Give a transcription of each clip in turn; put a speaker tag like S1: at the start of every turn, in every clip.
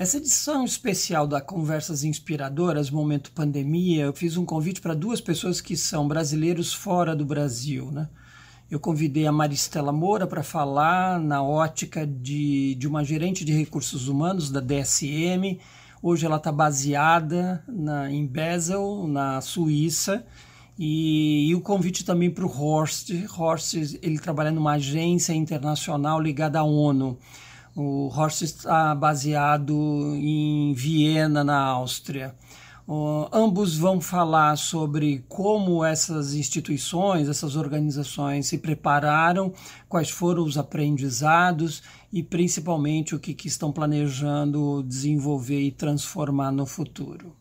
S1: Essa edição especial da Conversas Inspiradoras, Momento Pandemia, eu fiz um convite para duas pessoas que são brasileiros fora do Brasil, né? Eu convidei a Maristela Moura para falar na ótica de uma gerente de recursos humanos da DSM. Hoje ela está baseada em Basel, na Suíça. E o convite também para o Horst. Horst, ele trabalha numa agência internacional ligada à ONU. O Horst está baseado em Viena, na Áustria. Ambos vão falar sobre como essas instituições, essas organizações se prepararam, quais foram os aprendizados e principalmente o que estão planejando desenvolver e transformar no futuro.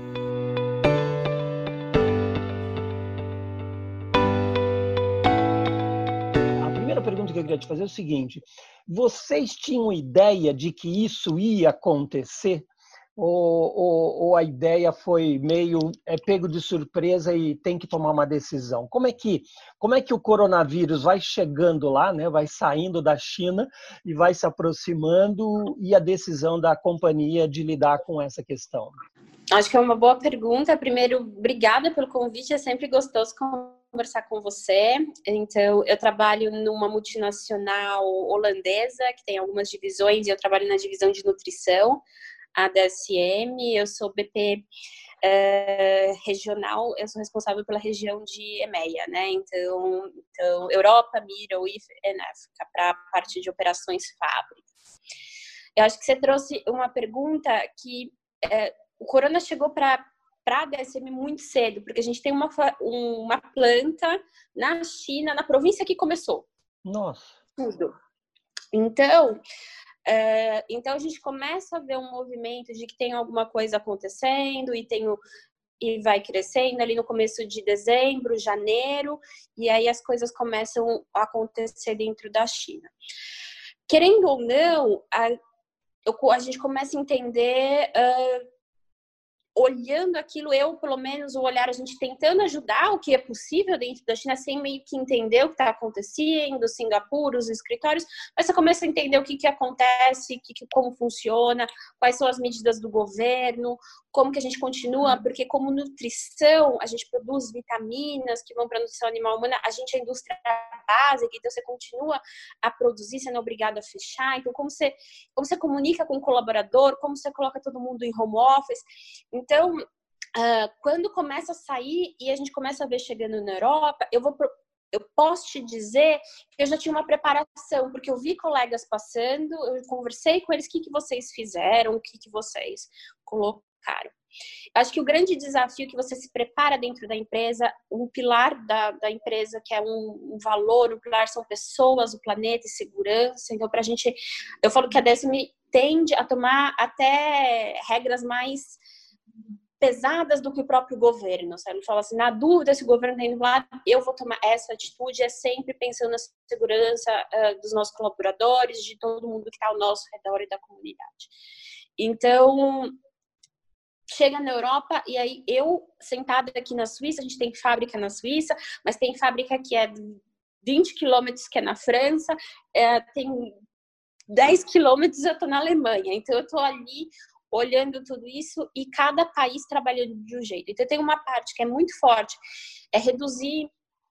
S1: A primeira pergunta que eu queria te fazer é o seguinte: vocês tinham ideia de que isso ia acontecer? Ou a ideia foi meio pego de surpresa e tem que tomar uma decisão? Como é que o coronavírus vai chegando lá, né? Vai saindo da China e vai se aproximando, e a decisão da companhia de lidar com essa questão?
S2: Acho que é uma boa pergunta. Primeiro, obrigada pelo convite, é sempre gostoso conversar com você. Então, eu trabalho numa multinacional holandesa, que tem algumas divisões, e eu trabalho na divisão de nutrição, a DSM. Eu sou BP regional, eu sou responsável pela região de EMEA, né? Então Europa, Middle East e África, para a parte de operações fábricas. Eu acho que você trouxe uma pergunta que o corona chegou para a DSM muito cedo, porque a gente tem uma planta na China, na província que começou.
S1: Nossa!
S2: Tudo. Então a gente começa a ver um movimento de que tem alguma coisa acontecendo e vai crescendo ali no começo de dezembro, janeiro, e aí as coisas começam a acontecer dentro da China. Querendo ou não, a gente começa a entender, olhando aquilo, pelo menos, o olhar, a gente tentando ajudar o que é possível dentro da China, sem meio que entender o que está acontecendo, Singapura, os escritórios, mas você começa a entender o que acontece, como funciona, quais são as medidas do governo, como que a gente continua, porque como nutrição, a gente produz vitaminas que vão para a nutrição animal humana, a gente é a indústria básica, então você continua a produzir, você não é obrigado a fechar, então como você comunica com o colaborador, como você coloca todo mundo em home office. Então, quando começa a sair e a gente começa a ver chegando na Europa, eu posso te dizer que eu já tinha uma preparação, porque eu vi colegas passando, eu conversei com eles, o que vocês fizeram, o que vocês colocaram. Acho que o grande desafio que você se prepara dentro da empresa, um pilar da empresa que é um valor, o pilar são pessoas, o planeta e segurança. Então, pra gente, eu falo que a DSM tende a tomar até regras mais pesadas do que o próprio governo, sabe? Ele fala assim, na dúvida se o governo está indo lá, eu vou tomar essa atitude, é sempre pensando na segurança dos nossos colaboradores, de todo mundo que está ao nosso redor e da comunidade. Então, chega na Europa, e aí eu, sentada aqui na Suíça, a gente tem fábrica na Suíça, mas tem fábrica que é 20 quilômetros, que é na França, tem 10 quilômetros, eu estou na Alemanha, então eu estou ali olhando tudo isso e cada país trabalhando de um jeito. Então tem uma parte que é muito forte, é reduzir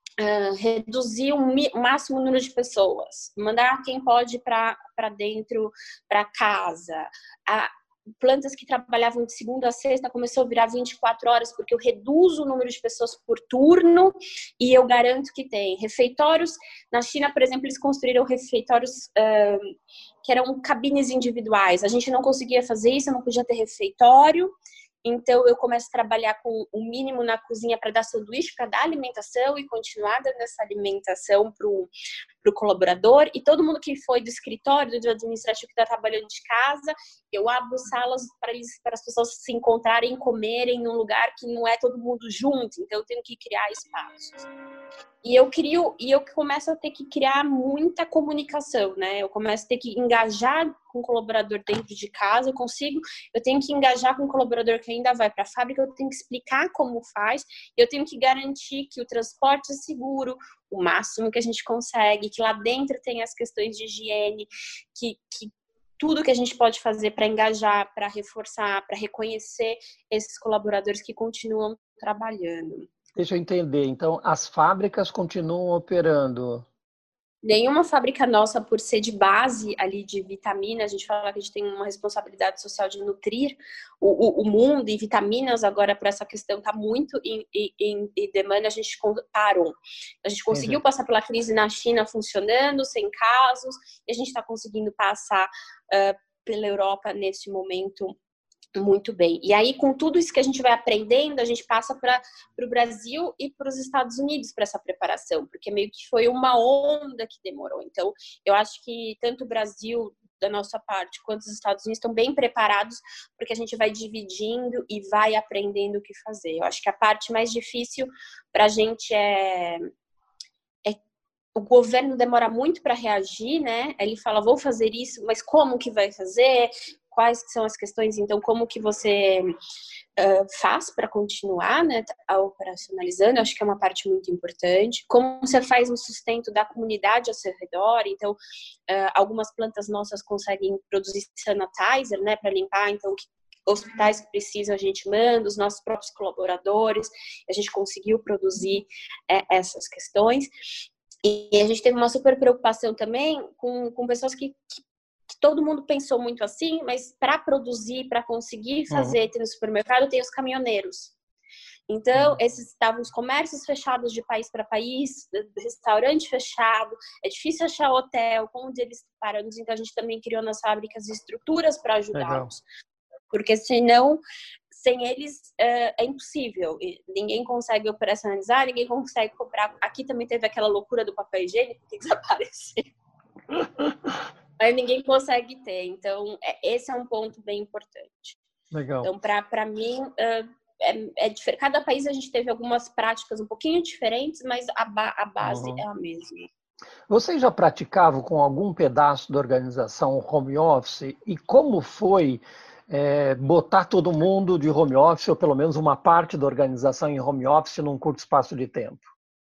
S2: o máximo número de pessoas, mandar quem pode para dentro, para casa. Plantas que trabalhavam de segunda a sexta começou a virar 24 horas, porque eu reduzo o número de pessoas por turno e eu garanto que tem refeitórios. Na China, por exemplo, eles construíram refeitórios que eram cabines individuais. A gente não conseguia fazer isso, não podia ter refeitório. Então, eu começo a trabalhar com o mínimo na cozinha para dar sanduíche, para dar alimentação e continuar dando essa alimentação para o colaborador. E todo mundo que foi do escritório, do administrativo que está trabalhando de casa, eu abro salas para as pessoas se encontrarem, comerem num lugar que não é todo mundo junto. Então, eu tenho que criar espaços. E eu começo a ter que criar muita comunicação, né? Eu começo a ter que engajar com o colaborador dentro de casa, eu tenho que engajar com o colaborador que ainda vai para a fábrica, eu tenho que explicar como faz, eu tenho que garantir que o transporte é seguro, o máximo que a gente consegue, que lá dentro tem as questões de higiene, que tudo que a gente pode fazer para engajar, para reforçar, para reconhecer esses colaboradores que continuam trabalhando.
S1: Deixa eu entender. Então, as fábricas continuam operando?
S2: Nenhuma fábrica nossa, por ser de base ali de vitamina, a gente fala que a gente tem uma responsabilidade social de nutrir o mundo, e vitaminas agora para essa questão está muito em demanda, a gente parou. A gente conseguiu passar pela crise na China funcionando, sem casos, e a gente está conseguindo passar pela Europa nesse momento muito bem. E aí, com tudo isso que a gente vai aprendendo, a gente passa para o Brasil e para os Estados Unidos para essa preparação, porque meio que foi uma onda que demorou. Então, eu acho que tanto o Brasil, da nossa parte, quanto os Estados Unidos estão bem preparados, porque a gente vai dividindo e vai aprendendo o que fazer. Eu acho que a parte mais difícil para a gente o governo demora muito para reagir, né? Ele fala, vou fazer isso, mas como que vai fazer? Quais são as questões? Então, como que você faz para continuar, né, operacionalizando? Acho que é uma parte muito importante. Como você faz um sustento da comunidade ao seu redor? Então, algumas plantas nossas conseguem produzir sanitizer, né, para limpar. Então, hospitais que precisam a gente manda, os nossos próprios colaboradores. A gente conseguiu produzir essas questões. E a gente teve uma super preocupação também com pessoas que todo mundo pensou muito assim, mas para produzir, para conseguir fazer, ter no supermercado, tem os caminhoneiros. Então, esses estavam os comércios fechados de país para país, restaurante fechado, é difícil achar hotel, onde eles param. Então, a gente também criou nas fábricas estruturas para ajudá-los. Porque senão, sem eles, é impossível. Ninguém consegue operacionalizar, ninguém consegue comprar. Aqui também teve aquela loucura do papel higiênico que desapareceu. Aí ninguém consegue ter. Então, esse é um ponto bem importante.
S1: Legal.
S2: Então, para mim, é diferente. Cada país a gente teve algumas práticas um pouquinho diferentes, mas a base é a mesma.
S1: Vocês já praticavam com algum pedaço da organização home office? E como foi botar todo mundo de home office, ou pelo menos uma parte da organização em home office, num curto espaço de tempo?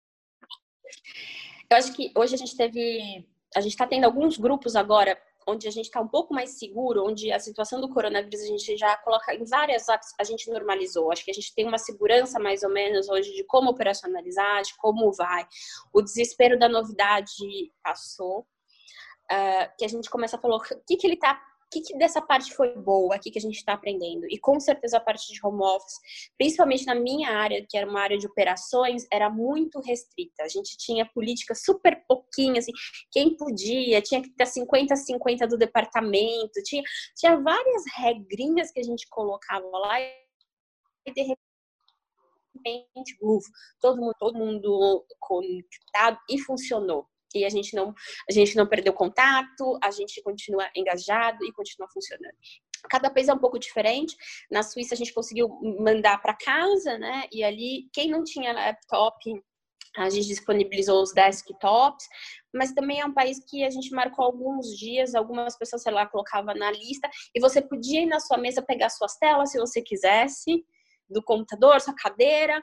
S2: Eu acho que hoje a gente está tendo alguns grupos agora onde a gente está um pouco mais seguro, onde a situação do coronavírus a gente já coloca em várias apps, a gente normalizou. Acho que a gente tem uma segurança mais ou menos hoje de como operacionalizar, de como vai. O desespero da novidade passou, que a gente começa a falar o que dessa parte foi boa aqui que a gente está aprendendo? E com certeza a parte de home office, principalmente na minha área, que era uma área de operações, era muito restrita. A gente tinha políticas super pouquinhas, assim, quem podia, tinha que ter 50-50 do departamento, tinha várias regrinhas que a gente colocava lá e de repente, todo mundo conectado e funcionou. E a gente não perdeu contato, a gente continua engajado e continua funcionando. Cada país é um pouco diferente. Na Suíça a gente conseguiu mandar para casa, né? E ali, quem não tinha laptop, a gente disponibilizou os desktops, mas também é um país que a gente marcou alguns dias, algumas pessoas, sei lá, colocava na lista, e você podia ir na sua mesa pegar suas telas, se você quisesse, do computador, sua cadeira,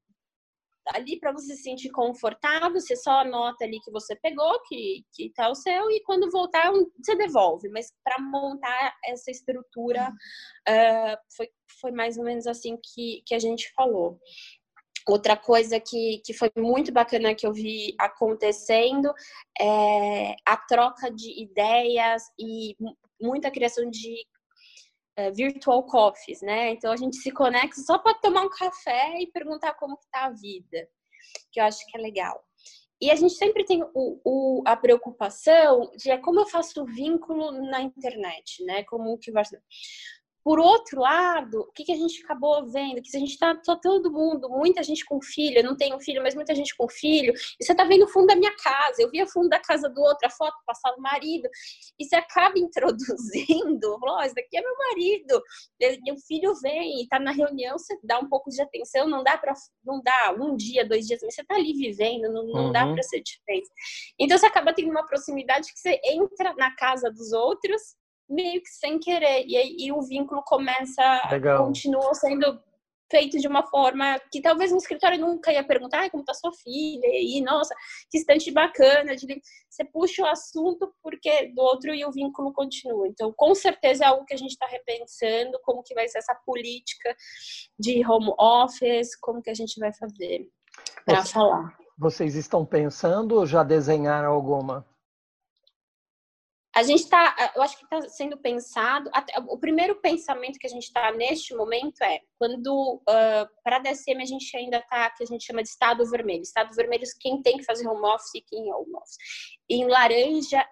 S2: ali para você se sentir confortável, você só anota ali que você pegou, que tá o seu, e quando voltar você devolve. Mas para montar essa estrutura foi mais ou menos assim que a gente falou. Outra coisa que foi muito bacana que eu vi acontecendo é a troca de ideias e muita criação de virtual coffees, né? Então a gente se conecta só para tomar um café e perguntar como que tá a vida, que eu acho que é legal. E a gente sempre tem a preocupação de como eu faço o vínculo na internet, né? Como que vai ser. Por outro lado, o que a gente acabou vendo? Que se a gente tá todo mundo, muita gente com filho, eu não tenho filho, mas muita gente com filho, e você tá vendo o fundo da minha casa, eu vi o fundo da casa do outro, a foto passava o marido, e você acaba introduzindo, esse daqui é meu marido, e o filho vem e tá na reunião, você dá um pouco de atenção, não dá um dia, 2 dias, mas você tá ali vivendo, não dá para ser diferente. Então você acaba tendo uma proximidade que você entra na casa dos outros, meio que sem querer, e o vínculo continua sendo feito de uma forma que talvez no escritório nunca ia perguntar, ai, como tá sua filha? E nossa, que estante bacana. Você puxa o assunto porque do outro e o vínculo continua. Então, com certeza é algo que a gente está repensando, como que vai ser essa política de home office, como que a gente vai fazer para falar.
S1: Vocês estão pensando ou já desenharam alguma?
S2: A gente está, eu acho que está sendo pensado, o primeiro pensamento que a gente está neste momento é, quando, para a DSM a gente ainda está, que a gente chama de estado vermelho. Estado vermelho, quem tem que fazer home office e quem é home office. Em laranja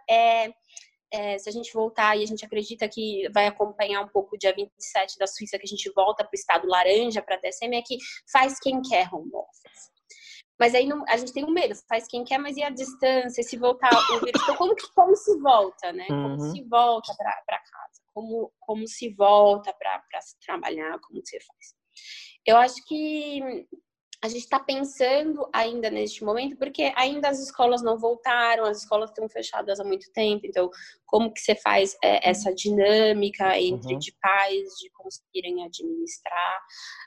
S2: se a gente voltar e a gente acredita que vai acompanhar um pouco o dia 27 da Suíça, que a gente volta para o estado laranja, para a DSM, é que faz quem quer home office. Mas aí a gente tem um medo, faz quem quer, mas e a distância, se voltar o vírus? Então, como se volta, né? Como se volta para casa? Como se volta para trabalhar? Como se faz? Eu acho que a gente está pensando ainda neste momento, porque ainda as escolas não voltaram, as escolas estão fechadas há muito tempo, então como que você faz essa dinâmica entre de pais, de conseguirem administrar,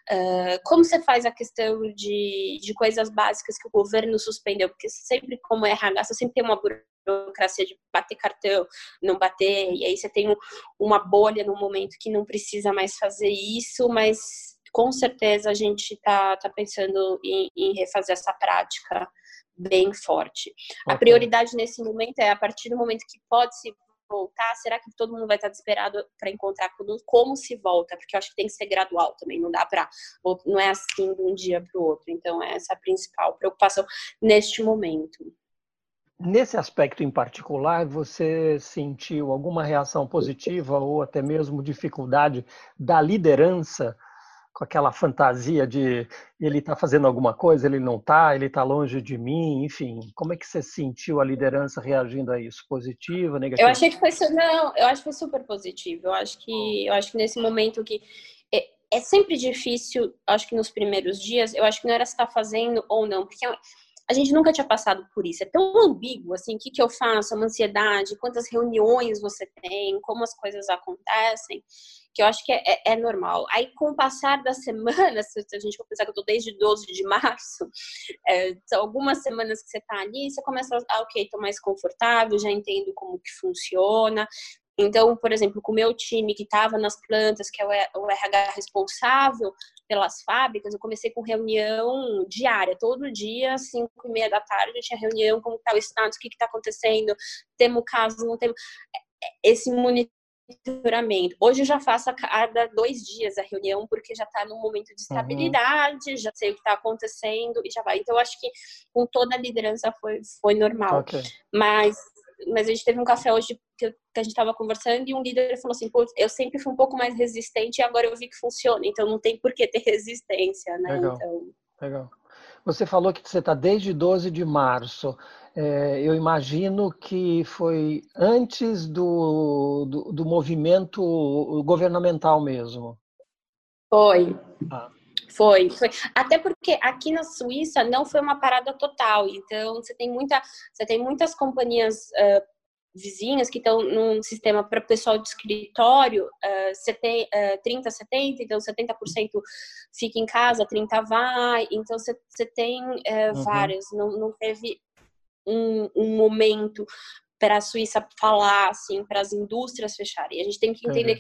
S2: como você faz a questão de coisas básicas que o governo suspendeu, porque sempre como RH, você sempre tem uma burocracia de bater cartão, não bater, e aí você tem uma bolha no momento que não precisa mais fazer isso, mas com certeza a gente está pensando em refazer essa prática bem forte. A prioridade nesse momento é, a partir do momento que pode se voltar, será que todo mundo vai estar desesperado para encontrar como se volta? Porque eu acho que tem que ser gradual também, não dá para, não é assim de um dia para o outro. Então, essa é a principal preocupação neste momento.
S1: Nesse aspecto em particular, você sentiu alguma reação positiva ou até mesmo dificuldade da liderança, com aquela fantasia de ele está fazendo alguma coisa, ele não está, ele está longe de mim, enfim. Como é que você sentiu a liderança reagindo a isso? Positiva, negativa?
S2: Eu acho que foi super positivo. Eu acho que nesse momento que é sempre difícil, acho que nos primeiros dias, eu acho que não era se está fazendo ou não, porque a gente nunca tinha passado por isso. É tão ambíguo, assim, o que eu faço, uma ansiedade, quantas reuniões você tem, como as coisas acontecem, que eu acho que é normal. Aí, com o passar das semanas, se a gente for pensar que eu estou desde 12 de março, são algumas semanas que você está ali, você começa ok, estou mais confortável, já entendo como que funciona. Então, por exemplo, com o meu time que estava nas plantas, que é o RH responsável pelas fábricas, eu comecei com reunião diária, todo dia, 5:30 da tarde, eu tinha reunião, como está o status, o que está acontecendo, temos caso, não temos, esse monitoramento. Hoje eu já faço a cada 2 dias a reunião, porque já está num momento de estabilidade, já sei o que está acontecendo e já vai. Então, eu acho que com toda a liderança foi normal. Mas a gente teve um café hoje que a gente estava conversando e um líder falou assim, pô, eu sempre fui um pouco mais resistente e agora eu vi que funciona, então não tem por que ter resistência, né?
S1: Legal. Você falou que você está desde 12 de março. Eu imagino que foi antes do movimento governamental mesmo.
S2: Foi. Foi. Até porque aqui na Suíça não foi uma parada total. Então, você tem muitas companhias vizinhas que estão num sistema para pessoal de escritório, você tem 30-70, então 70% fica em casa, 30% vai. Então, você tem várias. Não teve um momento para a Suíça falar, assim, para as indústrias fecharem. A gente tem que entender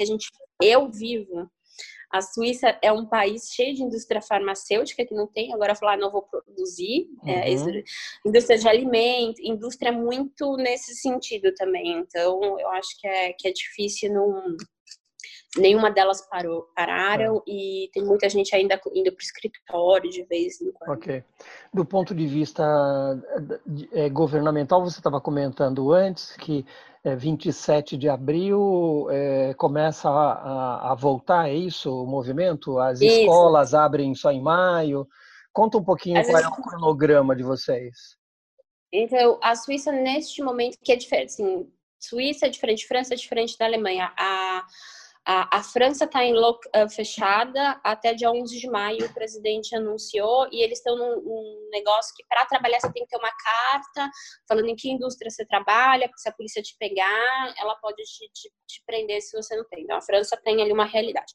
S2: eu vivo. A Suíça é um país cheio de indústria farmacêutica, que não tem, agora falar, não vou produzir, indústria de alimento, indústria muito nesse sentido também. Então, eu acho que é difícil, nenhuma delas pararam e tem muita gente ainda indo para o escritório de vez em quando.
S1: Ok. Do ponto de vista governamental, você estava comentando antes que 27 de abril começa a voltar, é isso o movimento? As escolas abrem só em maio. Conta um pouquinho qual é o cronograma de vocês.
S2: Então, a Suíça, neste momento, que é diferente, assim, Suíça é diferente, França é diferente da Alemanha. A França está fechada até dia 11 de maio, o presidente anunciou, e eles estão num negócio que para trabalhar você tem que ter uma carta falando em que indústria você trabalha, porque se a polícia te pegar, ela pode te prender se você não tem. Então, a França tem ali uma realidade.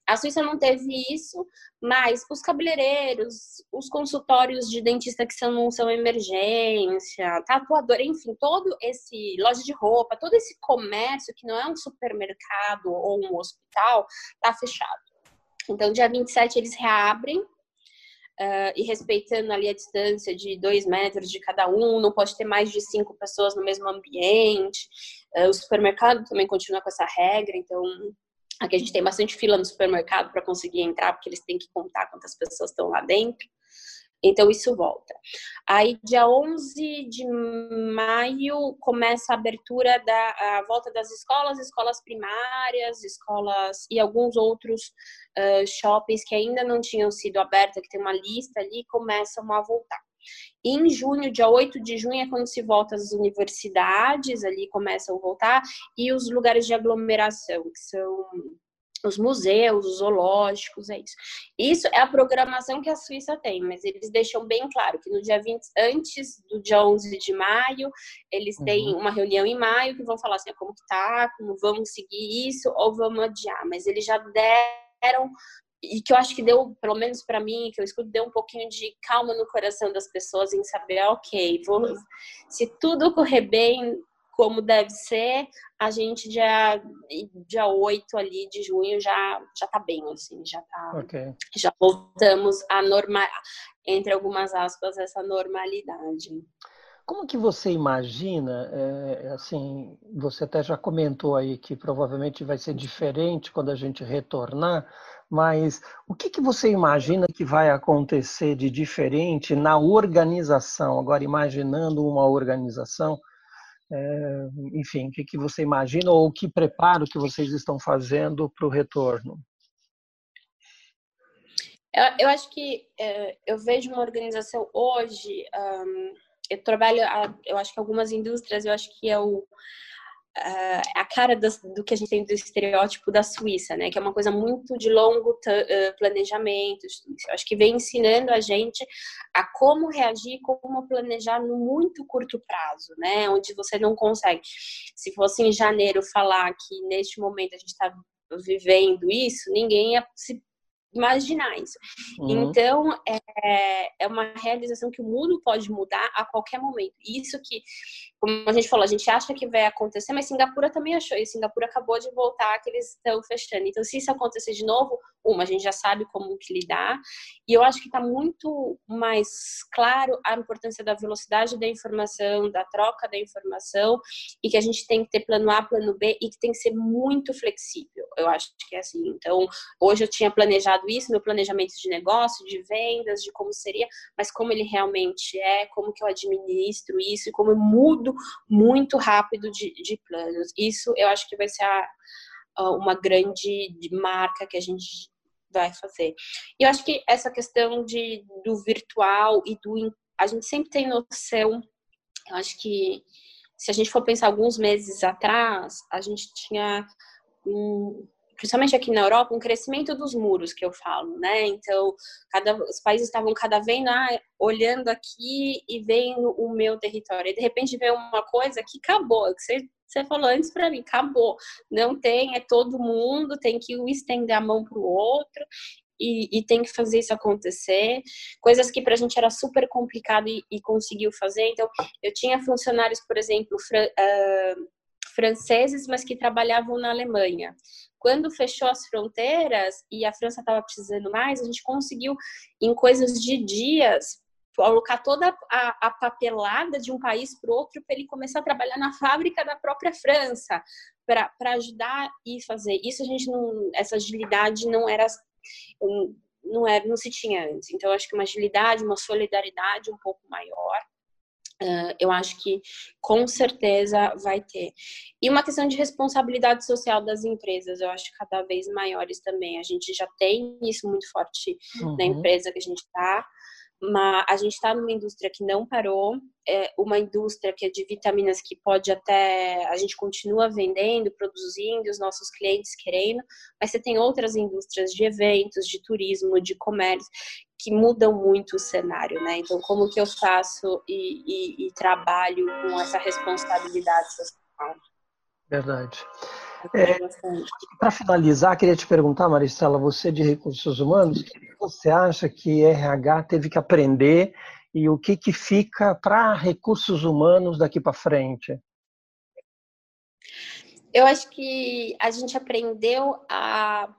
S2: A Suíça não teve isso, mas os cabeleireiros, os consultórios de dentista que não são emergência, tatuador, enfim, todo esse loja de roupa, todo esse comércio que não é um supermercado ou um hospital, tá fechado. Então, dia 27 eles reabrem, e respeitando ali a distância de 2 metros de cada um, não pode ter mais de 5 pessoas no mesmo ambiente. O supermercado também continua com essa regra, então aqui a gente tem bastante fila no supermercado para conseguir entrar, porque eles têm que contar quantas pessoas estão lá dentro. Então, isso volta. Aí, dia 11 de maio, começa a abertura a volta das escolas primárias, escolas e alguns outros shoppings que ainda não tinham sido abertos, que tem uma lista ali, começam a voltar. E em junho, dia 8 de junho, é quando se volta as universidades, ali começam a voltar, e os lugares de aglomeração, que são os museus, os zoológicos, é isso. Isso é a programação que a Suíça tem, mas eles deixam bem claro que no dia 20, antes do dia 11 de maio, eles têm uma reunião em maio que vão falar assim, como que tá, como vamos seguir isso, ou vamos adiar. Mas eles já deram, e que eu acho que deu, pelo menos para mim, que eu escuto, deu um pouquinho de calma no coração das pessoas em saber, ok, se tudo correr bem, como deve ser, a gente dia 8 ali de junho já tá bem, assim,
S1: Okay.
S2: Já voltamos a entre algumas aspas, essa normalidade.
S1: Como que você imagina, assim, você até já comentou aí que provavelmente vai ser diferente quando a gente retornar, mas o que você imagina que vai acontecer de diferente na organização? Agora, imaginando uma organização, enfim, o que você imagina ou que preparo que vocês estão fazendo para o retorno?
S2: Eu acho que eu vejo uma organização hoje, eu trabalho, eu acho que algumas indústrias, eu acho que é a cara do que a gente tem do estereótipo da Suíça, né? Que é uma coisa muito de longo planejamento. Eu acho que vem ensinando a gente a como reagir, como planejar no muito curto prazo, né? Onde você não consegue. Se fosse em janeiro falar que neste momento a gente está vivendo isso, ninguém ia se imaginar isso. Então, é uma realização que o mundo pode mudar a qualquer momento. Isso que, como a gente falou, a gente acha que vai acontecer, mas Singapura também achou, e Singapura acabou de voltar, que eles estão fechando. Então, se isso acontecer de novo, a gente já sabe como que lidar, e eu acho que está muito mais claro a importância da velocidade da informação, da troca da informação, e que a gente tem que ter plano A, plano B, e que tem que ser muito flexível. Eu acho que é assim. Então, hoje eu tinha planejado isso, meu planejamento de negócio, de vendas, de como seria, mas como ele realmente é, como que eu administro isso, e como eu mudo muito rápido de planos. Isso eu acho que vai ser uma grande marca que a gente vai fazer. E eu acho que essa questão do virtual e a gente sempre tem noção, eu acho que se a gente for pensar alguns meses atrás, a gente tinha principalmente aqui na Europa, um crescimento dos muros, que eu falo, né? Então, os países estavam cada vez olhando aqui e vendo o meu território. E, de repente, veio uma coisa que acabou, que você falou antes para mim, acabou. Não tem, é todo mundo, tem que estender a mão para o outro e tem que fazer isso acontecer. Coisas que para a gente era super complicado e conseguiu fazer. Então, eu tinha funcionários, por exemplo, franceses, mas que trabalhavam na Alemanha. Quando fechou as fronteiras e a França estava precisando mais, a gente conseguiu, em coisas de dias, colocar toda a papelada de um país para o outro para ele começar a trabalhar na fábrica da própria França, para ajudar e fazer. Isso a gente não, essa agilidade não se tinha antes. Então, eu acho que uma agilidade, uma solidariedade um pouco maior, eu acho que com certeza vai ter. E uma questão de responsabilidade social das empresas, eu acho cada vez maiores também. A gente já tem isso muito forte na empresa que a gente está, mas a gente está numa indústria que não parou, uma indústria que é de vitaminas que pode até, a gente continua vendendo, produzindo, os nossos clientes querendo, mas você tem outras indústrias de eventos, de turismo, de comércio, que mudam muito o cenário, né? Então, como que eu faço e trabalho com essa responsabilidade social?
S1: Verdade. Para finalizar, queria te perguntar, Maristela, você de recursos humanos, o que você acha que RH teve que aprender e o que fica para recursos humanos daqui para frente?
S2: Eu acho que a gente aprendeu a...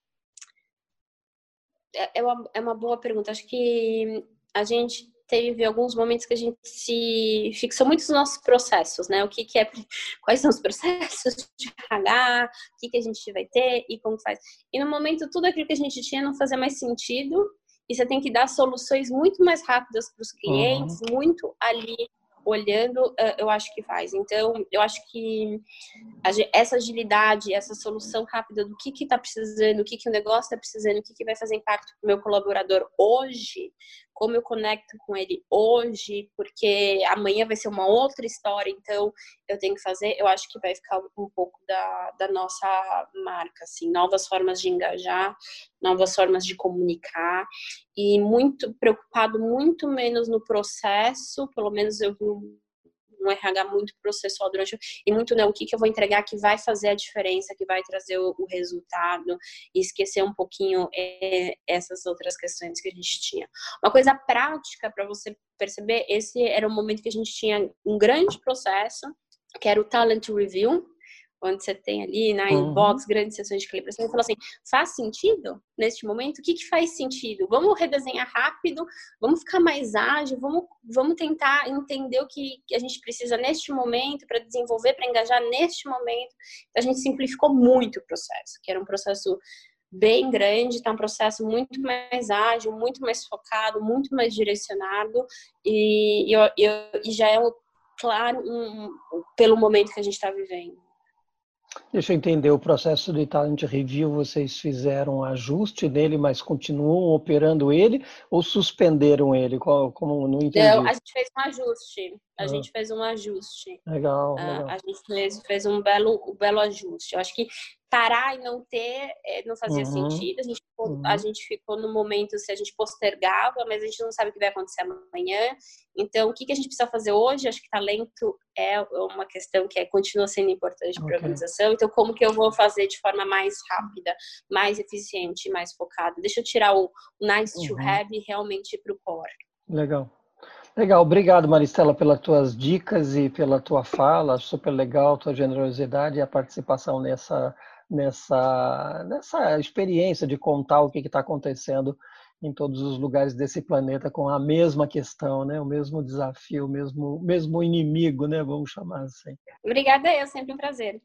S2: É uma boa pergunta. Acho que a gente teve alguns momentos que a gente se fixou muito nos nossos processos, né? Quais são os processos de RH, o que a gente vai ter e como faz. E no momento, tudo aquilo que a gente tinha não fazia mais sentido e você tem que dar soluções muito mais rápidas para os clientes, muito ali olhando, eu acho que faz. Então, eu acho que essa agilidade, essa solução rápida do que está precisando, o que o negócio está precisando, o que vai fazer impacto para o meu colaborador hoje, como eu conecto com ele hoje, porque amanhã vai ser uma outra história, então eu tenho que fazer, eu acho que vai ficar um pouco da nossa marca, assim, novas formas de engajar, novas formas de comunicar, e muito preocupado, muito menos no processo, pelo menos eu vi um RH muito processual e muito, né, o que eu vou entregar que vai fazer a diferença, que vai trazer o resultado, e esquecer um pouquinho essas outras questões que a gente tinha. Uma coisa prática para você perceber, esse era um momento que a gente tinha um grande processo, que era o Talent Review, onde você tem ali na inbox grandes sessões de calibração, e falou assim, faz sentido neste momento? O que faz sentido? Vamos redesenhar rápido, vamos ficar mais ágil, vamos tentar entender o que a gente precisa neste momento para desenvolver, para engajar neste momento. Então, a gente simplificou muito o processo, que era um processo bem grande, tá um processo muito mais ágil, muito mais focado, muito mais direcionado e já é, claro, pelo momento que a gente está vivendo.
S1: Deixa eu entender, o processo de Talent Review, vocês fizeram um ajuste nele, mas continuam operando ele ou suspenderam ele? Como não entendi.
S2: Não, a gente fez um ajuste. A gente fez um ajuste.
S1: Legal, legal.
S2: A gente fez um belo ajuste. Eu acho que parar e não ter não fazia sentido. A gente ficou no momento se a gente postergava, mas a gente não sabe o que vai acontecer amanhã. Então, o que a gente precisa fazer hoje? Acho que talento é uma questão que continua sendo importante para a organização. Então, como que eu vou fazer de forma mais rápida, mais eficiente, mais focada? Deixa eu tirar o nice to have e realmente ir para o core.
S1: Legal. Legal, obrigado, Maristela, pelas tuas dicas e pela tua fala, super legal, tua generosidade e a participação nessa experiência de contar o que está acontecendo em todos os lugares desse planeta com a mesma questão, né? O mesmo desafio, o mesmo inimigo, né? Vamos chamar assim.
S2: Obrigada, é sempre um prazer.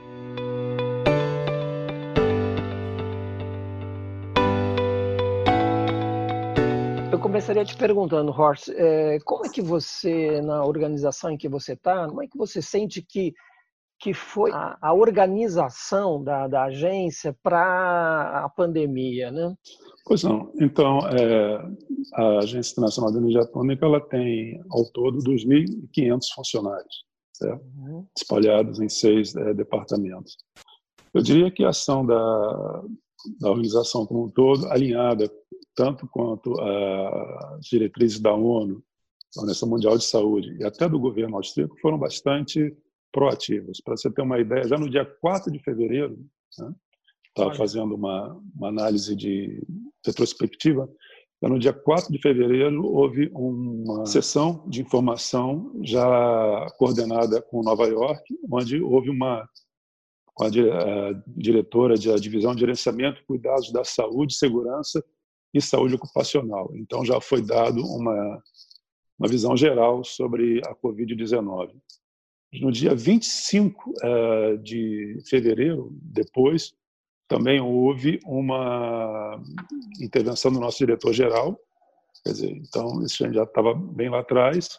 S1: Eu começaria te perguntando, Horst, como é que você, na organização em que você está, como é que você sente que foi a organização da agência para a pandemia, né?
S3: Pois não. Então, a Agência Internacional de Energia Atômica ela tem, ao todo, 2.500 funcionários, certo? Espalhados em 6 departamentos. Eu diria que a ação da organização como um todo, alinhada tanto quanto as diretrizes da ONU, da Organização Mundial de Saúde, e até do governo austríaco, foram bastante proativas. Para você ter uma ideia, já no dia 4 de fevereiro, estava fazendo uma análise de retrospectiva, já no dia 4 de fevereiro houve uma sessão de informação já coordenada com Nova York, onde houve com a diretora da Divisão de Gerenciamento e Cuidados da Saúde, Segurança e Saúde Ocupacional. Então, já foi dado uma visão geral sobre a Covid-19. No dia 25 de fevereiro, depois, também houve uma intervenção do nosso diretor-geral, quer dizer, então isso já estava bem lá atrás,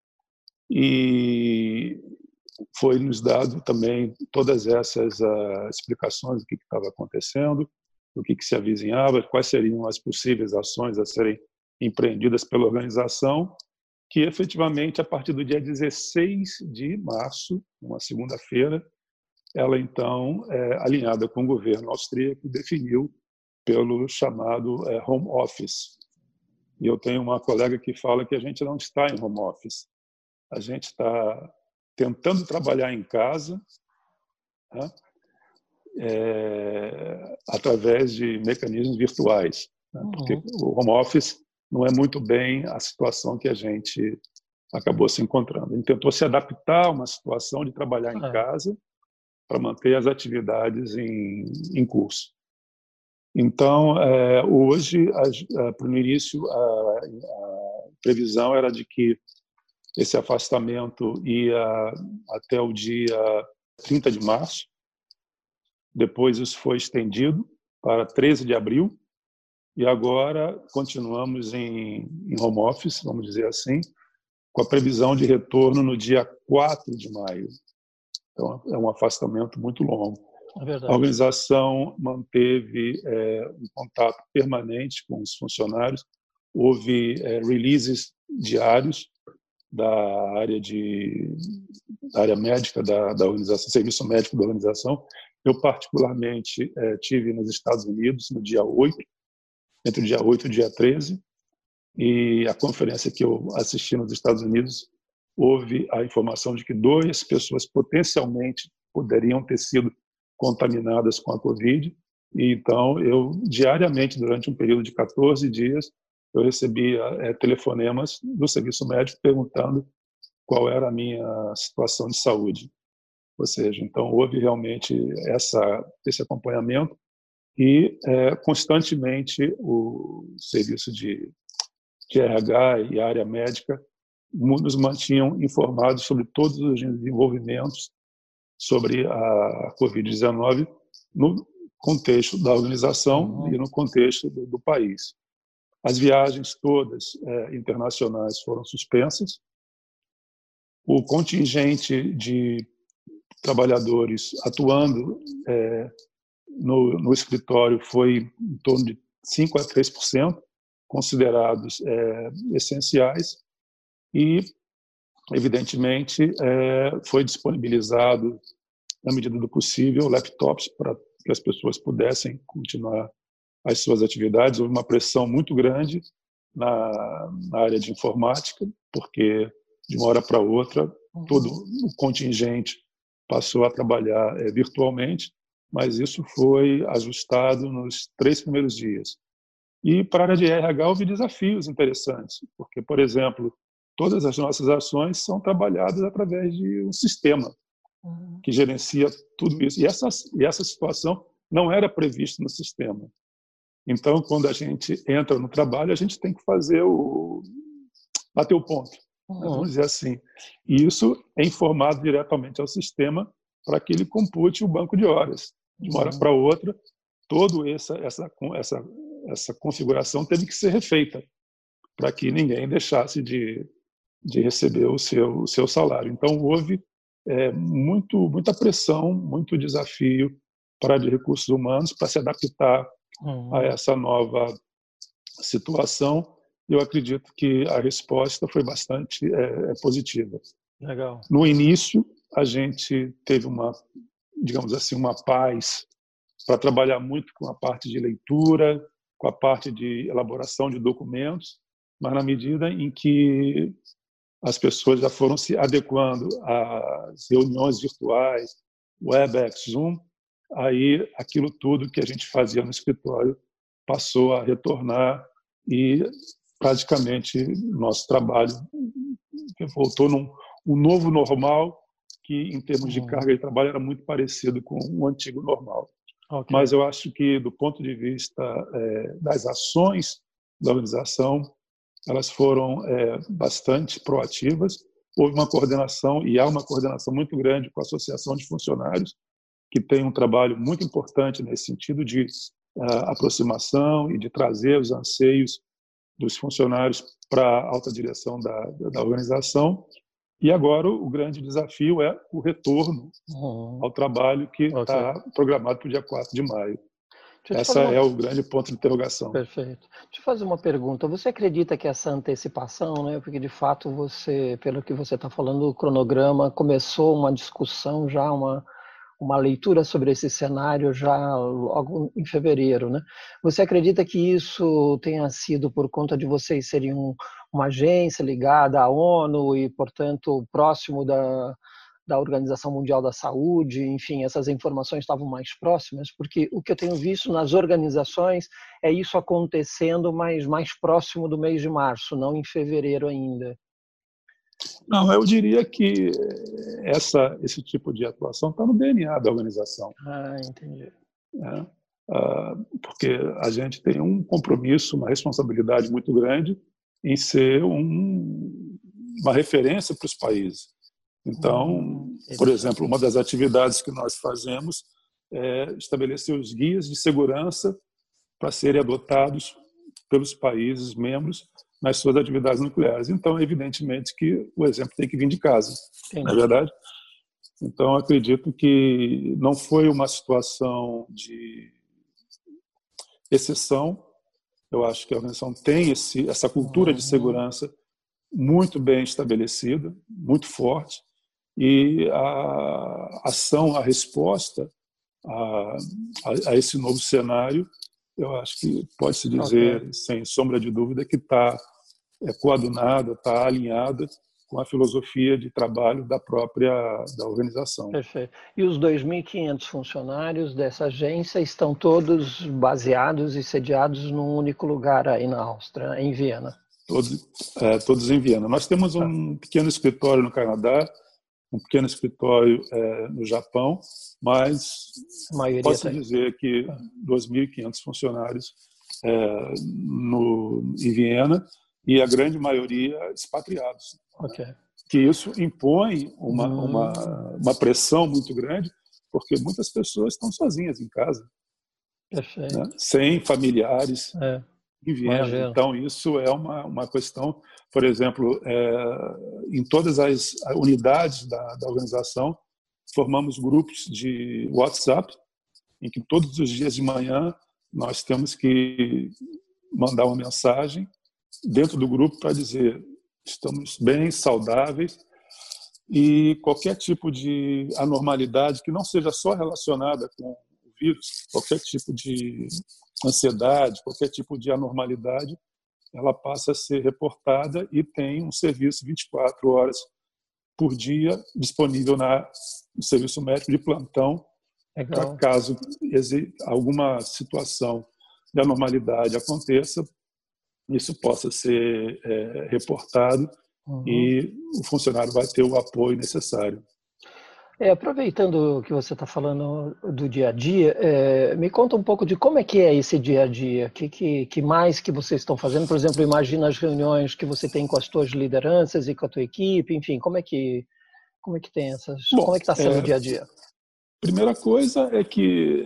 S3: e foi nos dado também todas essas explicações do que estava acontecendo, do que se avizinhava, quais seriam as possíveis ações a serem empreendidas pela organização, que efetivamente, a partir do dia 16 de março, uma segunda-feira, ela então, alinhada com o governo austríaco, definiu pelo chamado home office. E eu tenho uma colega que fala que a gente não está em home office, a gente está tentando trabalhar em casa, né? através de mecanismos virtuais, né? Porque o home office não é muito bem a situação que a gente acabou se encontrando. Ele tentou se adaptar a uma situação de trabalhar em casa para manter as atividades em curso. Então, hoje, no início, a previsão era de que esse afastamento ia até o dia 30 de março. Depois isso foi estendido para 13 de abril. E agora continuamos em home office, vamos dizer assim, com a previsão de retorno no dia 4 de maio. Então, é um afastamento muito longo.
S1: É
S3: a organização manteve um contato permanente com os funcionários. Houve releases diários da área médica da organização, serviço médico da organização. Eu, particularmente, tive nos Estados Unidos no dia 8, entre o dia 8 e o dia 13, e a conferência que eu assisti nos Estados Unidos, houve a informação de que 2 pessoas potencialmente poderiam ter sido contaminadas com a Covid, e então eu, diariamente, durante um período de 14 dias, eu recebia telefonemas do serviço médico perguntando qual era a minha situação de saúde. Ou seja, então houve realmente esse acompanhamento e constantemente o serviço de RH e a área médica nos mantinham informados sobre todos os desenvolvimentos sobre a Covid-19 no contexto da organização e no contexto do país. As viagens todas internacionais foram suspensas. O contingente de trabalhadores atuando no escritório foi em torno de 5% a 3%, considerados essenciais, e, evidentemente, foi disponibilizado, na medida do possível, laptops para que as pessoas pudessem continuar as suas atividades. Houve uma pressão muito grande na área de informática, porque, de uma hora para outra, todo o contingente passou a trabalhar virtualmente, mas isso foi ajustado nos 3 primeiros dias. E, para a área de RH, houve desafios interessantes, porque, por exemplo, todas as nossas ações são trabalhadas através de um sistema que gerencia tudo isso. E essa situação não era prevista no sistema. Então, quando a gente entra no trabalho, a gente tem que bater o ponto, vamos dizer assim. E isso é informado diretamente ao sistema para que ele compute o banco de horas. De uma hora para outra, toda essa configuração teve que ser refeita para que ninguém deixasse de receber o seu salário. Então, houve muita pressão, muito desafio para a área de recursos humanos para se adaptar a essa nova situação. Eu acredito que a resposta foi bastante positiva.
S1: Legal.
S3: No início, a gente teve digamos assim, uma paz para trabalhar muito com a parte de leitura, com a parte de elaboração de documentos, mas na medida em que as pessoas já foram se adequando às reuniões virtuais, Webex, Zoom, aí aquilo tudo que a gente fazia no escritório passou a retornar e praticamente nosso trabalho voltou num novo normal que, em termos de carga de trabalho, era muito parecido com o antigo normal. Okay. Mas eu acho que, do ponto de vista das ações da organização, elas foram bastante proativas. Houve uma coordenação, e há uma coordenação muito grande com a Associação de Funcionários, que tem um trabalho muito importante nesse sentido de aproximação e de trazer os anseios dos funcionários para a alta direção da organização. E agora o grande desafio é o retorno ao trabalho que está programado para o dia 4 de maio. Esse é o grande ponto de interrogação.
S1: Perfeito. Deixa eu fazer uma pergunta. Você acredita que essa antecipação, né, porque de fato você, pelo que você está falando, o cronograma começou uma discussão já, uma leitura sobre esse cenário já logo em fevereiro, né? Você acredita que isso tenha sido por conta de vocês serem uma agência ligada à ONU e, portanto, próximo da Organização Mundial da Saúde, enfim, essas informações estavam mais próximas, porque o que eu tenho visto nas organizações é isso acontecendo, mas mais próximo do mês de março, não em fevereiro ainda.
S3: Não, eu diria que esse tipo de atuação está no DNA da organização.
S1: Ah, entendi.
S3: Né? Porque a gente tem um compromisso, uma responsabilidade muito grande em ser uma referência para os países. Então, por exemplo, uma das atividades que nós fazemos é estabelecer os guias de segurança para serem adotados pelos países membros nas suas atividades nucleares. Então, evidentemente que o exemplo tem que vir de casa, não é verdade? Então, acredito que não foi uma situação de exceção. Eu acho que a organização tem essa cultura de segurança muito bem estabelecida, muito forte, e a ação, a resposta a esse novo cenário, eu acho que pode-se dizer, sem sombra de dúvida, que está coadunada, está alinhada com a filosofia de trabalho da organização.
S1: Perfeito. E os 2.500 funcionários dessa agência estão todos baseados e sediados num único lugar aí na Áustria, em Viena?
S3: Todos em Viena. Nós temos um pequeno escritório no Canadá, um pequeno escritório no Japão, mas posso dizer que 2.500 funcionários em Viena, e a grande maioria expatriados. Que isso impõe uma pressão muito grande, porque muitas pessoas estão sozinhas em casa, né? Sem familiares em Viena. Imagina. Então, isso é uma questão, por exemplo, em todas as unidades da organização, formamos grupos de WhatsApp, em que todos os dias de manhã nós temos que mandar uma mensagem dentro do grupo para dizer: estamos bem, saudáveis, e qualquer tipo de anormalidade que não seja só relacionada com o vírus, qualquer tipo de ansiedade, qualquer tipo de anormalidade, ela passa a ser reportada e tem um serviço 24 horas por dia disponível no serviço médico de plantão, para caso alguma situação de anormalidade aconteça, isso possa ser reportado e o funcionário vai ter o apoio necessário.
S1: Aproveitando que você está falando do dia a dia, me conta um pouco de como é esse dia a dia, que mais que vocês estão fazendo. Por exemplo, imagina as reuniões que você tem com as tuas lideranças e com a tua equipe, enfim, como é que tem essas? Bom, como é que está sendo o dia a dia?
S3: Primeira coisa é que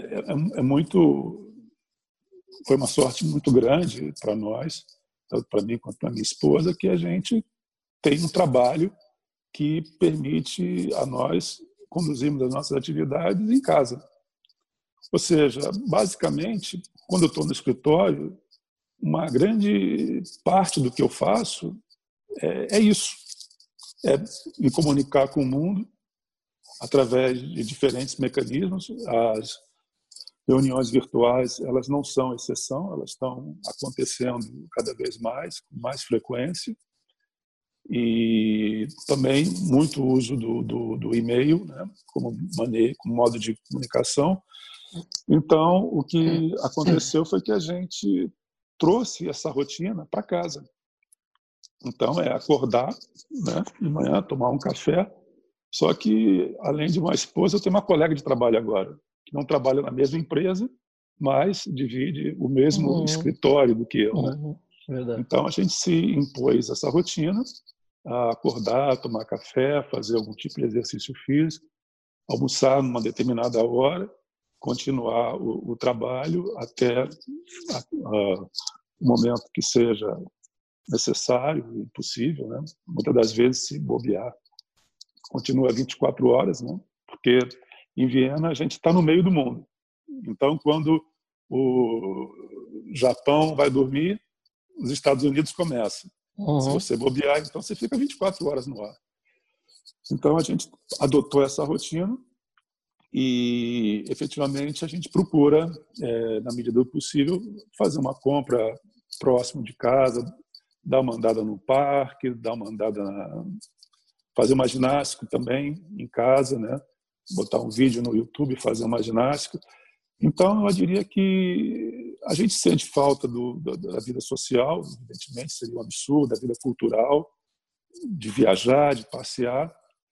S3: foi uma sorte muito grande para nós, tanto para mim quanto para minha esposa, que a gente tem um trabalho que permite a nós conduzirmos as nossas atividades em casa. Ou seja, basicamente, quando eu estou no escritório, uma grande parte do que eu faço é isso. É me comunicar com o mundo através de diferentes mecanismos. As reuniões virtuais, elas não são exceção, elas estão acontecendo cada vez mais, com mais frequência. E também muito uso do e-mail, né, como modo de comunicação. Então, o que aconteceu foi que a gente trouxe essa rotina para casa. Então, acordar, né, de manhã, tomar um café. Só que, além de uma esposa, eu tenho uma colega de trabalho agora, que não trabalha na mesma empresa, mas divide o mesmo escritório do que eu. Né? Então, a gente se impôs essa rotina, a acordar, tomar café, fazer algum tipo de exercício físico, almoçar numa determinada hora, continuar o trabalho até o momento que seja necessário e possível, né? Muitas das vezes, se bobear, continua 24 horas, né? Porque em Viena a gente está no meio do mundo. Então, quando o Japão vai dormir, os Estados Unidos começam. Se você bobear, então você fica 24 horas no ar. Então, a gente adotou essa rotina e, efetivamente, a gente procura, na medida do possível, fazer uma compra próximo de casa, dar uma andada no parque, dar uma andada fazer uma ginástica também em casa, né? Botar um vídeo no YouTube e fazer uma ginástica. Então, eu diria que a gente sente falta da vida social, evidentemente, seria um absurdo, da vida cultural, de viajar, de passear,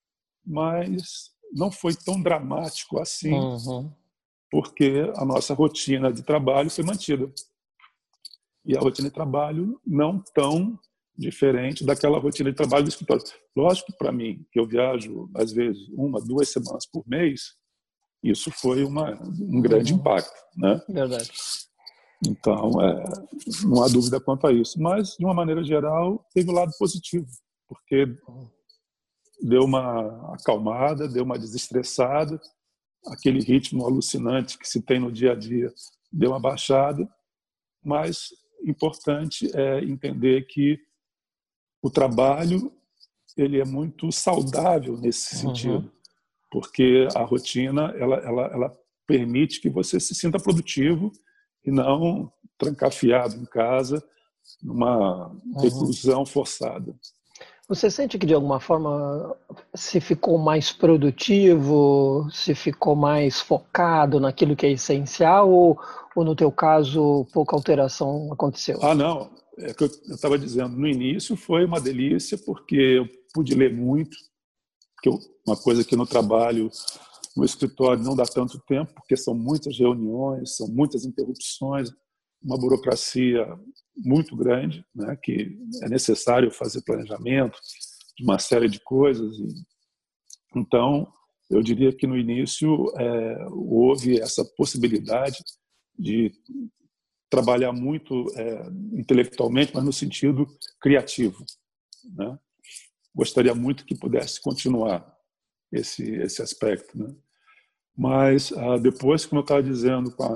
S3: mas não foi tão dramático assim, porque a nossa rotina de trabalho foi mantida. E a rotina de trabalho não tão diferente daquela rotina de trabalho do escritório. Lógico que, para mim, que eu viajo, às vezes, 1, 2 semanas por mês, isso foi um grande impacto, né?
S1: Verdade.
S3: Então, não há dúvida quanto a isso. Mas, de uma maneira geral, teve o lado positivo, porque deu uma acalmada, deu uma desestressada, aquele ritmo alucinante que se tem no dia a dia deu uma baixada, mas importante é entender que o trabalho ele é muito saudável nesse sentido, porque a rotina ela permite que você se sinta produtivo e não trancafiado em casa, numa reclusão forçada.
S1: Você sente que, de alguma forma, se ficou mais produtivo, se ficou mais focado naquilo que é essencial, ou no teu caso, pouca alteração aconteceu?
S3: Não. É que eu estava dizendo, no início foi uma delícia, porque eu pude ler muito, uma coisa que no trabalho, no escritório, não dá tanto tempo, porque são muitas reuniões, são muitas interrupções, uma burocracia muito grande, né, que é necessário fazer planejamento de uma série de coisas. Então, eu diria que no início houve essa possibilidade de trabalhar muito intelectualmente, mas no sentido criativo, né? Gostaria muito que pudesse continuar esse aspecto, né? Mas depois, como eu estava dizendo, com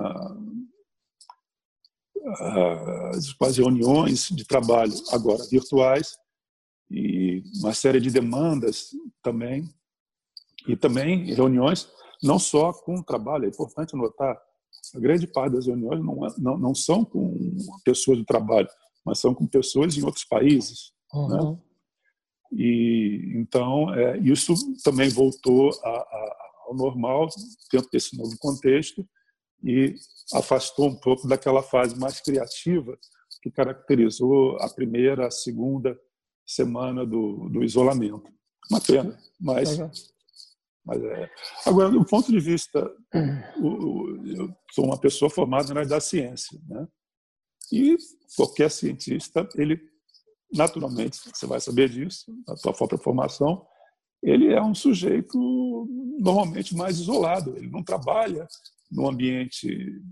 S3: as reuniões de trabalho agora virtuais e uma série de demandas também, e também reuniões não só com o trabalho, é importante notar, a grande parte das reuniões não são com pessoas do trabalho, mas são com pessoas em outros países, né? E então isso também voltou ao normal dentro desse novo contexto e afastou um pouco daquela fase mais criativa que caracterizou a primeira, a segunda semana do isolamento. Uma pena, mas Agora, do ponto de vista, eu sou uma pessoa formada na área da ciência, né? E qualquer cientista, ele naturalmente, você vai saber disso, na sua própria formação, ele é um sujeito normalmente mais isolado, ele não trabalha num ambiente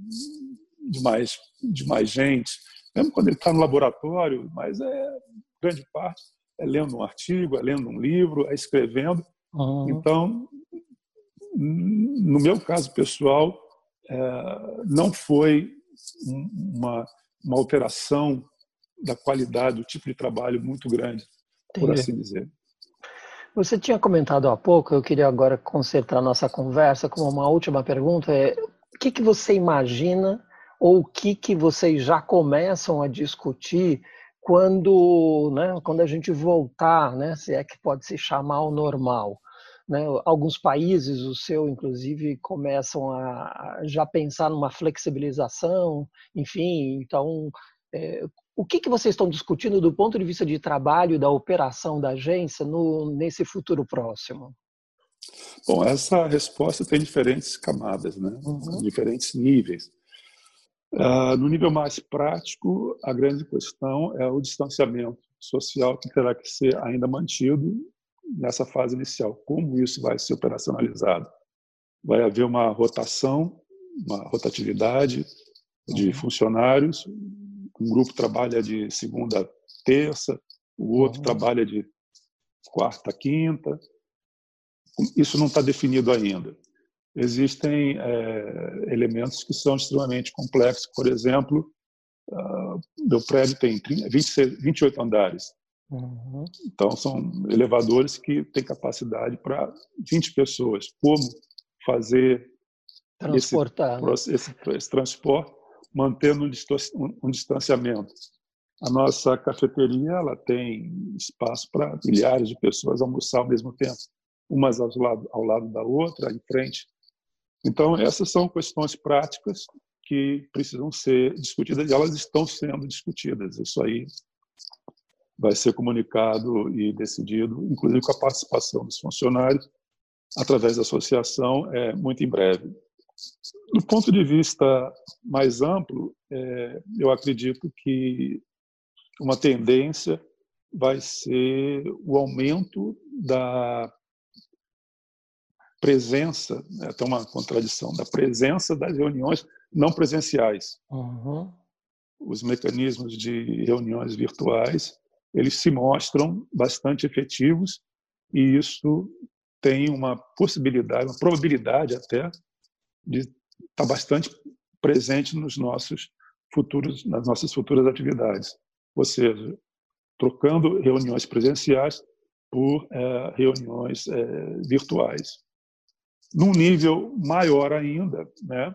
S3: de mais gente, mesmo quando ele está no laboratório, mas grande parte é lendo um artigo, é lendo um livro, é escrevendo. Então, no meu caso pessoal, não foi uma alteração da qualidade, do tipo de trabalho muito grande, por assim dizer.
S1: Você tinha comentado há pouco, eu queria agora consertar nossa conversa com uma última pergunta, o que você imagina ou o que vocês já começam a discutir quando a gente voltar, né, se é que pode se chamar ao normal? Né? Alguns países, o seu inclusive, começam a já pensar numa flexibilização, enfim, então o que vocês estão discutindo do ponto de vista de trabalho e da operação da agência nesse futuro próximo?
S3: Bom, essa resposta tem diferentes camadas, né? Diferentes níveis. No nível mais prático, a grande questão é o distanciamento social que terá que ser ainda mantido nessa fase inicial. Como isso vai ser operacionalizado? Vai haver uma rotação, uma rotatividade de funcionários. Um grupo trabalha de segunda a terça, o outro trabalha de quarta a quinta. Isso não está definido ainda. Existem elementos que são extremamente complexos. Por exemplo, meu prédio tem 28 andares. Então, são elevadores que têm capacidade para 20 pessoas. Como fazer esse transporte, mantendo um distanciamento? A nossa cafeteria ela tem espaço para milhares de pessoas almoçar ao mesmo tempo, umas ao lado da outra, em frente. Então, essas são questões práticas que precisam ser discutidas, e elas estão sendo discutidas. Isso aí vai ser comunicado e decidido, inclusive com a participação dos funcionários, através da associação, muito em breve. Do ponto de vista mais amplo, eu acredito que uma tendência vai ser o aumento da presença, até uma contradição, da presença das reuniões não presenciais.
S1: Uhum.
S3: Os mecanismos de reuniões virtuais, eles se mostram bastante efetivos e isso tem uma possibilidade, uma probabilidade até, de estar bastante presente nas nossas futuras atividades. Ou seja, trocando reuniões presenciais por reuniões virtuais. Num nível maior ainda, né,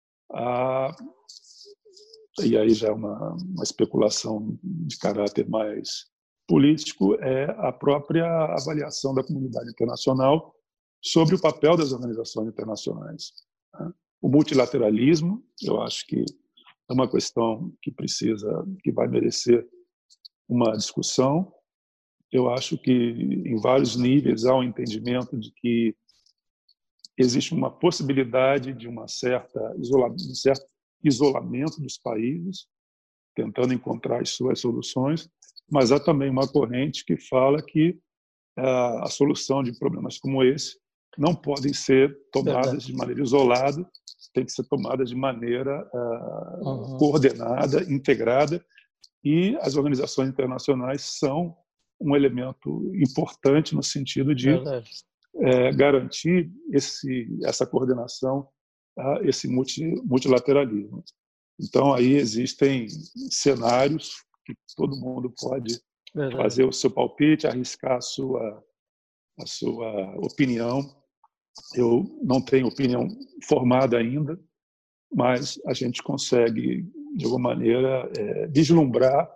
S3: e aí já é uma especulação de caráter mais político, é a própria avaliação da comunidade internacional sobre o papel das organizações internacionais. O multilateralismo, eu acho que é uma questão que vai merecer uma discussão. Eu acho que em vários níveis há um entendimento de que existe uma possibilidade de um certo isolamento dos países, tentando encontrar as suas soluções, mas há também uma corrente que fala que a solução de problemas como esse não podem ser tomadas de maneira isolada, tem que ser tomadas de maneira coordenada, integrada, e as organizações internacionais são um elemento importante no sentido de garantir essa coordenação, esse multilateralismo. Então, aí existem cenários que todo mundo pode fazer o seu palpite, arriscar a sua opinião. Eu não tenho opinião formada ainda, mas a gente consegue, de alguma maneira, vislumbrar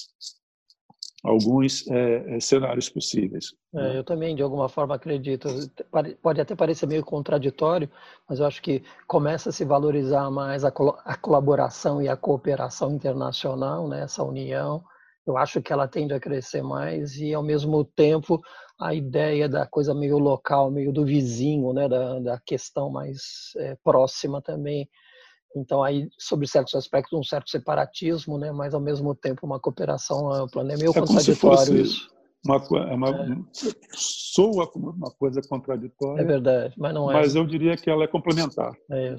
S3: alguns cenários possíveis.
S4: Eu também, de alguma forma, acredito. Pode até parecer meio contraditório, mas eu acho que começa a se valorizar mais a colaboração e a cooperação internacional, né? Essa união. Eu acho que ela tende a crescer mais e, ao mesmo tempo, a ideia da coisa meio local, meio do vizinho, né? Da questão mais próxima também. Então, aí, sobre certos aspectos, um certo separatismo, né? Mas, ao mesmo tempo, uma cooperação ampla. Né? Meio contraditório isso.
S3: Soa como uma coisa contraditória.
S4: É verdade, mas não é.
S3: Mas eu diria que ela é complementar.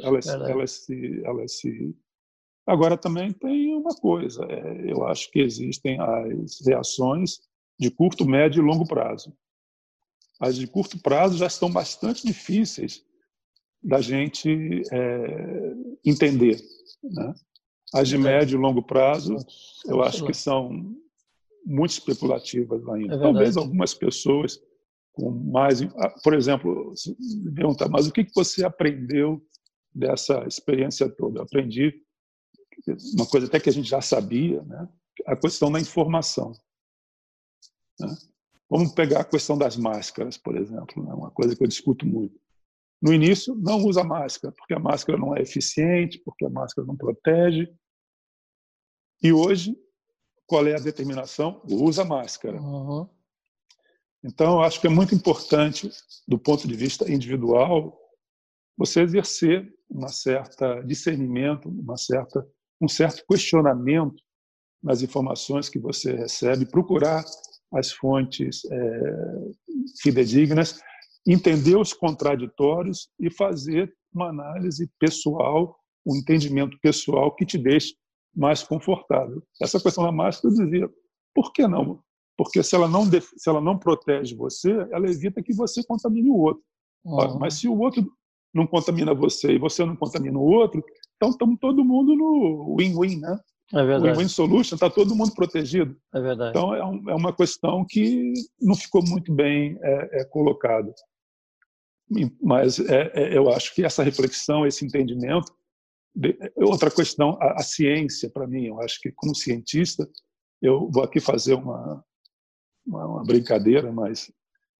S3: Agora, também tem uma coisa. Eu acho que existem as reações de curto, médio e longo prazo. As de curto prazo já estão bastante difíceis da gente entender, né? As de médio e longo prazo, eu acho que são muito especulativas ainda. Talvez algumas pessoas com mais... Por exemplo, me perguntar, mas o que você aprendeu dessa experiência toda? Eu aprendi uma coisa até que a gente já sabia, né? A questão da informação, né? Vamos pegar a questão das máscaras, por exemplo, né? Uma coisa que eu discuto muito. No início, não usa máscara, porque a máscara não é eficiente, porque a máscara não protege. E hoje, qual é a determinação? Usa máscara.
S4: Uhum.
S3: Então, eu acho que é muito importante, do ponto de vista individual, você exercer um certo discernimento, um certo questionamento nas informações que você recebe, procurar as fontes fidedignas, entender os contraditórios e fazer uma análise pessoal, um entendimento pessoal que te deixe mais confortável. Essa questão da máscara, eu dizia, por que não? Porque se ela não protege você, ela evita que você contamine o outro. Ora, mas se o outro não contamina você e você não contamina o outro, então estamos todo mundo no win-win, né?
S4: É verdade.
S3: Win-win solution, está todo mundo protegido.
S4: É verdade.
S3: Então, é uma questão que não ficou muito bem colocada. Mas eu acho que essa reflexão, esse entendimento... Outra questão, a ciência, para mim, eu acho que como cientista, Eu vou aqui fazer uma brincadeira, mas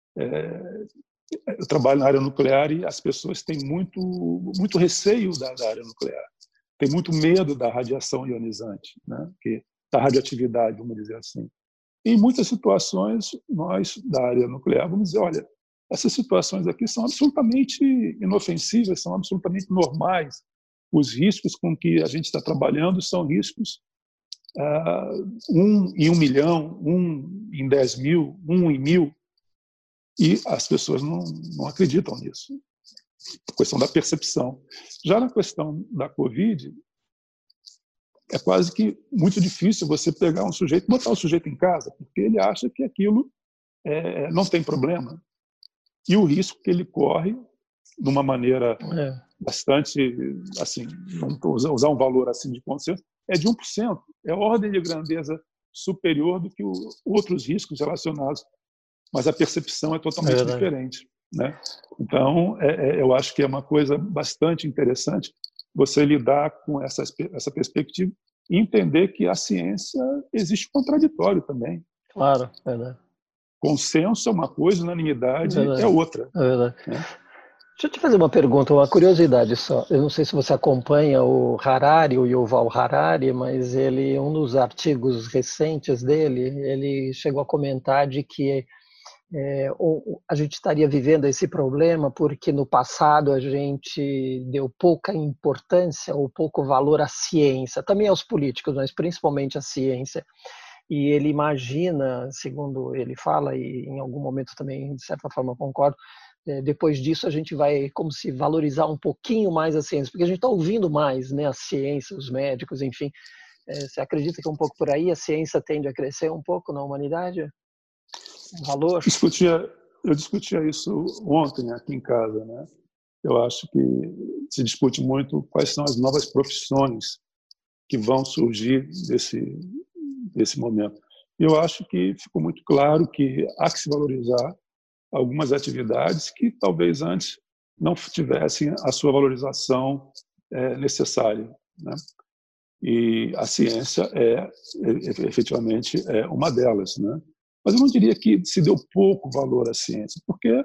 S3: eu trabalho na área nuclear e as pessoas têm muito receio da área nuclear. Tem muito medo da radiação ionizante, né? Da radioatividade, vamos dizer assim. Em muitas situações, nós da área nuclear vamos dizer, olha, essas situações aqui são absolutamente inofensivas, são absolutamente normais. Os riscos com que a gente está trabalhando são riscos 1 em 1 milhão, 1 em 10 mil, 1 em 1000, e as pessoas não acreditam nisso. A questão da percepção. Já na questão da Covid, é quase que muito difícil você pegar um sujeito, botar o sujeito em casa, porque ele acha que aquilo não tem problema. E o risco que ele corre, de uma maneira bastante, assim, vamos usar um valor assim de consenso, é de 1%. É ordem de grandeza superior do que outros riscos relacionados. Mas a percepção é totalmente diferente, né? Então, eu acho que é uma coisa bastante interessante você lidar com essa perspectiva e entender que a ciência existe contraditório também.
S4: Claro, verdade.
S3: Consenso é uma coisa, unanimidade é outra.
S4: É verdade.
S3: Né?
S4: Deixa eu te fazer uma pergunta, uma curiosidade só. Eu não sei se você acompanha o Harari, o Yuval Harari, mas um dos artigos recentes dele, ele chegou a comentar de que a gente estaria vivendo esse problema porque no passado a gente deu pouca importância ou pouco valor à ciência, também aos políticos, mas principalmente à ciência. E ele imagina, segundo ele fala, e em algum momento também, de certa forma, concordo, depois disso a gente vai como se valorizar um pouquinho mais a ciência, porque a gente está ouvindo mais, né, a ciência, os médicos, enfim. Você acredita que um pouco por aí a ciência tende a crescer um pouco na humanidade? Valor?
S3: Eu discutia isso ontem aqui em casa, né? Eu acho que se discute muito quais são as novas profissões que vão surgir desse momento. Eu acho que ficou muito claro que há que se valorizar algumas atividades que talvez antes não tivessem a sua valorização necessária, né? E a ciência efetivamente uma delas, né? Mas eu não diria que se deu pouco valor à ciência, porque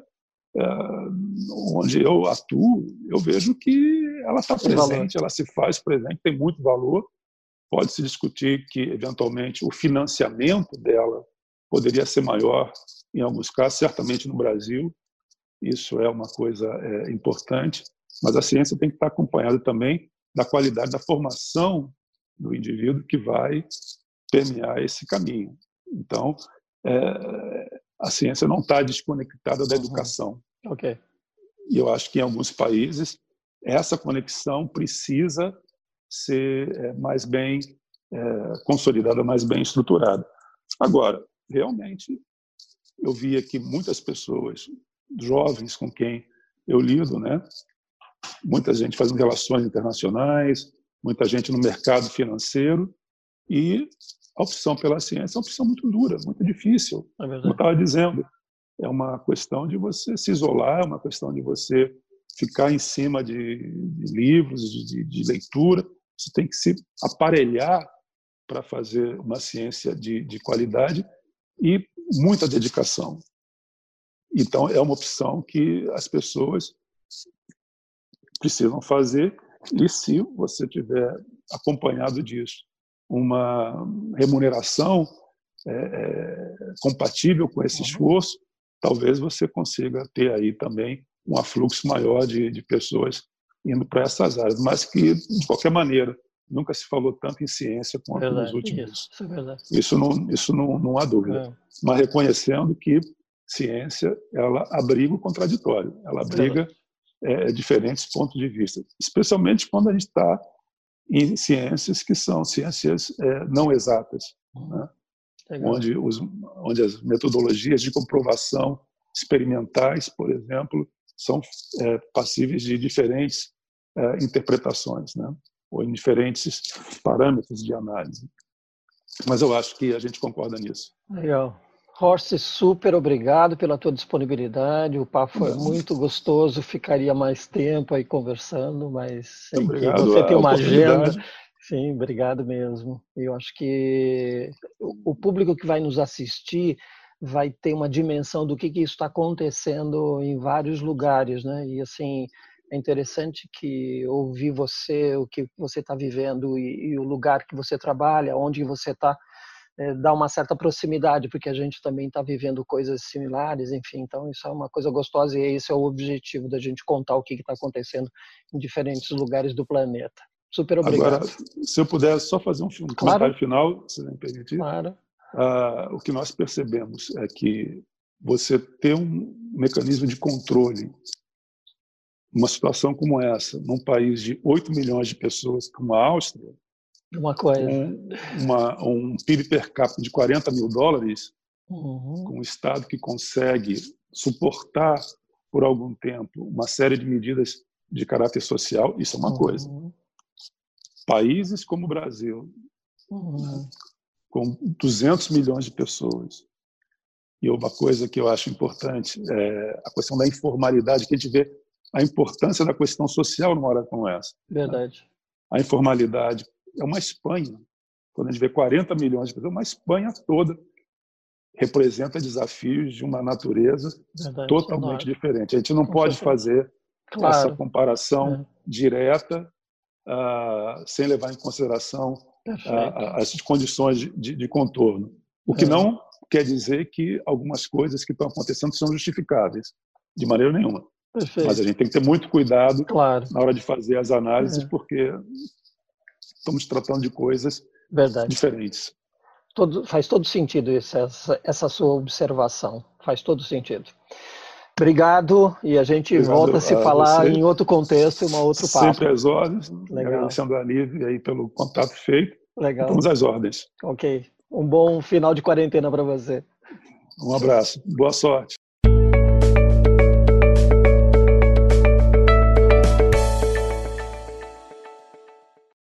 S3: onde eu atuo, eu vejo que ela está presente, ela se faz presente, tem muito valor. Pode-se discutir que, eventualmente, o financiamento dela poderia ser maior em alguns casos, certamente no Brasil. Isso é uma coisa importante, mas a ciência tem que estar acompanhada também da qualidade da formação do indivíduo que vai permear esse caminho. Então, a ciência não está desconectada da educação.
S4: Okay.
S3: E eu acho que em alguns países essa conexão precisa ser mais bem consolidada, mais bem estruturada. Agora, realmente, eu vi aqui muitas pessoas, jovens com quem eu lido, né? Muita gente fazendo relações internacionais, muita gente no mercado financeiro, e a opção pela ciência é uma opção muito dura, muito difícil. Como eu estava dizendo, é uma questão de você se isolar, é uma questão de você ficar em cima de livros, de leitura. Você tem que se aparelhar para fazer uma ciência de qualidade e muita dedicação. Então, é uma opção que as pessoas precisam fazer, e se você tiver acompanhado disso uma remuneração compatível com esse esforço, talvez você consiga ter aí também um afluxo maior de pessoas indo para essas áreas, mas que, de qualquer maneira, nunca se falou tanto em ciência quanto nos últimos. Isso não há dúvida. Mas reconhecendo que ciência, ela abriga o contraditório, ela abriga diferentes pontos de vista, especialmente quando a gente está em ciências que são ciências não exatas, né? Onde as metodologias de comprovação experimentais, por exemplo, são passíveis de diferentes interpretações, né? Ou em diferentes parâmetros de análise. Mas eu acho que a gente concorda nisso.
S4: Legal. Horst, super obrigado pela tua disponibilidade. O papo foi muito gostoso. Ficaria mais tempo aí conversando, mas sei que você tem uma agenda Sim, obrigado mesmo. Eu acho que o público que vai nos assistir vai ter uma dimensão do que isso está acontecendo em vários lugares, né? E assim, é interessante que ouvir você, o que você está vivendo e o lugar que você trabalha, onde você está, dá uma certa proximidade, porque a gente também está vivendo coisas similares, enfim, então isso é uma coisa gostosa e esse é o objetivo da gente contar o que está acontecendo em diferentes lugares do planeta. Super obrigado.
S3: Agora, se eu puder só fazer um
S4: Claro.
S3: comentário final, se me permitir.
S4: Claro.
S3: O que nós percebemos é que você ter um mecanismo de controle, uma situação como essa, num país de 8 milhões de pessoas como a Áustria,
S4: uma coisa.
S3: um PIB per capita de $40 mil, com um Estado que consegue suportar por algum tempo uma série de medidas de caráter social, isso é uma coisa. Países como o Brasil, com 200 milhões de pessoas, e uma coisa que eu acho importante é a questão da informalidade, que a gente vê a importância da questão social numa hora como essa.
S4: Verdade.
S3: Né? A informalidade é uma Espanha. Quando a gente vê 40 milhões de pessoas, uma Espanha toda representa desafios de uma natureza totalmente diferente. A gente não pode fazer essa comparação direta sem levar em consideração as condições de contorno. O que não quer dizer que algumas coisas que estão acontecendo são justificáveis, de maneira nenhuma.
S4: Perfeito.
S3: Mas a gente tem que ter muito cuidado na hora de fazer as análises, porque estamos tratando de coisas diferentes.
S4: Faz todo sentido essa sua observação. Faz todo sentido. Obrigado, e a gente volta a se falar em outro contexto, uma outra papo.
S3: Sempre às ordens. Agradecendo a Nívia aí pelo contato feito.
S4: Legal.
S3: Estamos às ordens.
S4: Ok. Um bom final de quarentena para você.
S3: Um abraço. Boa sorte.